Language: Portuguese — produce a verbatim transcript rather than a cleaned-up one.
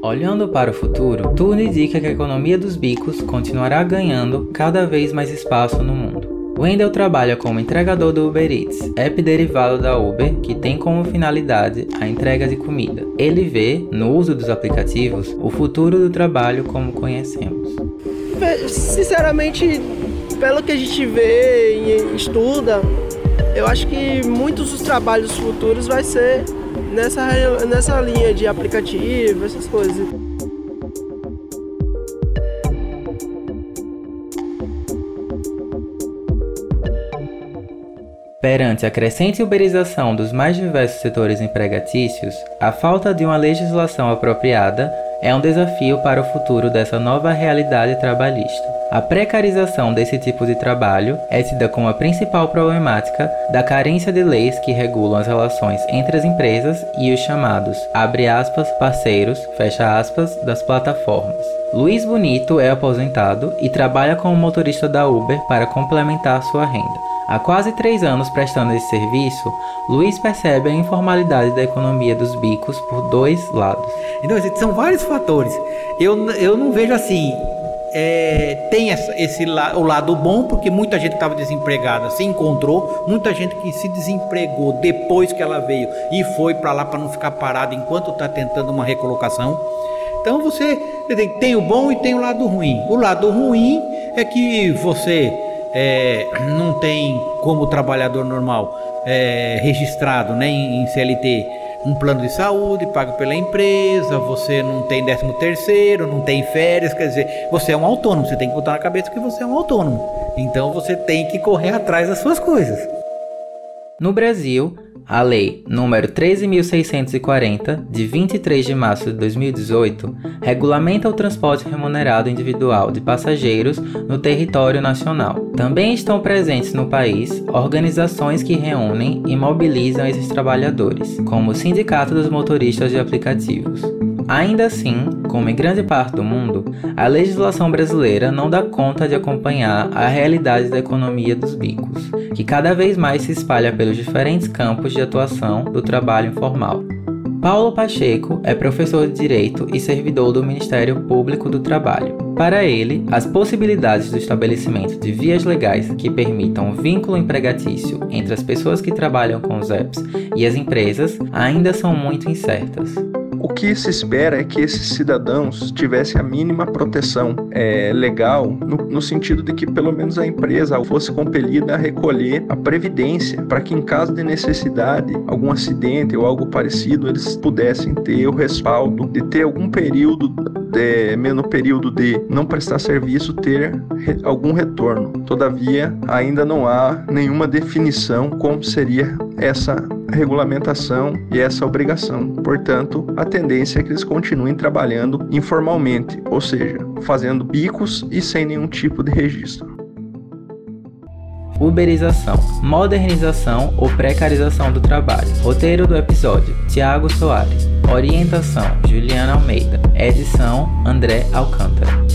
Olhando para o futuro, tudo indica que a economia dos bicos continuará ganhando cada vez mais espaço no mundo. Wendel trabalha como entregador do Uber Eats, app derivado da Uber que tem como finalidade a entrega de comida. Ele vê, no uso dos aplicativos, o futuro do trabalho como conhecemos. Sinceramente, pelo que a gente vê e estuda, eu acho que muitos dos trabalhos futuros vai ser nessa, nessa linha de aplicativo, essas coisas. Perante a crescente uberização dos mais diversos setores empregatícios, a falta de uma legislação apropriada é um desafio para o futuro dessa nova realidade trabalhista. A precarização desse tipo de trabalho é tida como a principal problemática da carência de leis que regulam as relações entre as empresas e os chamados, abre aspas, parceiros, fecha aspas, das plataformas. Luiz Bonito é aposentado e trabalha como motorista da Uber para complementar sua renda. Há quase três anos prestando esse serviço, Luiz percebe a informalidade da economia dos bicos por dois lados. Então, são vários fatores. Eu, eu não vejo assim, é, tem essa, esse la, o lado bom, porque muita gente que estava desempregada se encontrou, muita gente que se desempregou depois que ela veio e foi para lá para não ficar parada enquanto está tentando uma recolocação. Então você tem o bom e tem o lado ruim. O lado ruim é que você é, não tem, como trabalhador normal, é, registrado, né, em, em C L T, um plano de saúde pago pela empresa, você não tem décimo terceiro, não tem férias, quer dizer, você é um autônomo, você tem que botar na cabeça que você é um autônomo. Então você tem que correr atrás das suas coisas. No Brasil, a Lei número treze mil seiscentos e quarenta, de vinte e três de março de dois mil e dezoito, regulamenta o transporte remunerado individual de passageiros no território nacional. Também estão presentes no país organizações que reúnem e mobilizam esses trabalhadores, como o Sindicato dos Motoristas de Aplicativos. Ainda assim, como em grande parte do mundo, a legislação brasileira não dá conta de acompanhar a realidade da economia dos bicos, que cada vez mais se espalha pelos diferentes campos de atuação do trabalho informal. Paulo Pacheco é professor de Direito e servidor do Ministério Público do Trabalho. Para ele, as possibilidades do estabelecimento de vias legais que permitam o vínculo empregatício entre as pessoas que trabalham com os apps e as empresas ainda são muito incertas. O que se espera é que esses cidadãos tivessem a mínima proteção é, legal, no, no sentido de que pelo menos a empresa fosse compelida a recolher a previdência, para que em caso de necessidade, algum acidente ou algo parecido, eles pudessem ter o respaldo de ter algum período, de, no período de não prestar serviço, ter re, algum retorno. Todavia, ainda não há nenhuma definição como seria essa regulamentação e essa obrigação. Portanto, a tendência é que eles continuem trabalhando informalmente, ou seja, fazendo bicos e sem nenhum tipo de registro. Uberização, modernização ou precarização do trabalho. Roteiro do episódio: Tiago Soares. Orientação: Juliana Almeida. Edição: André Alcântara.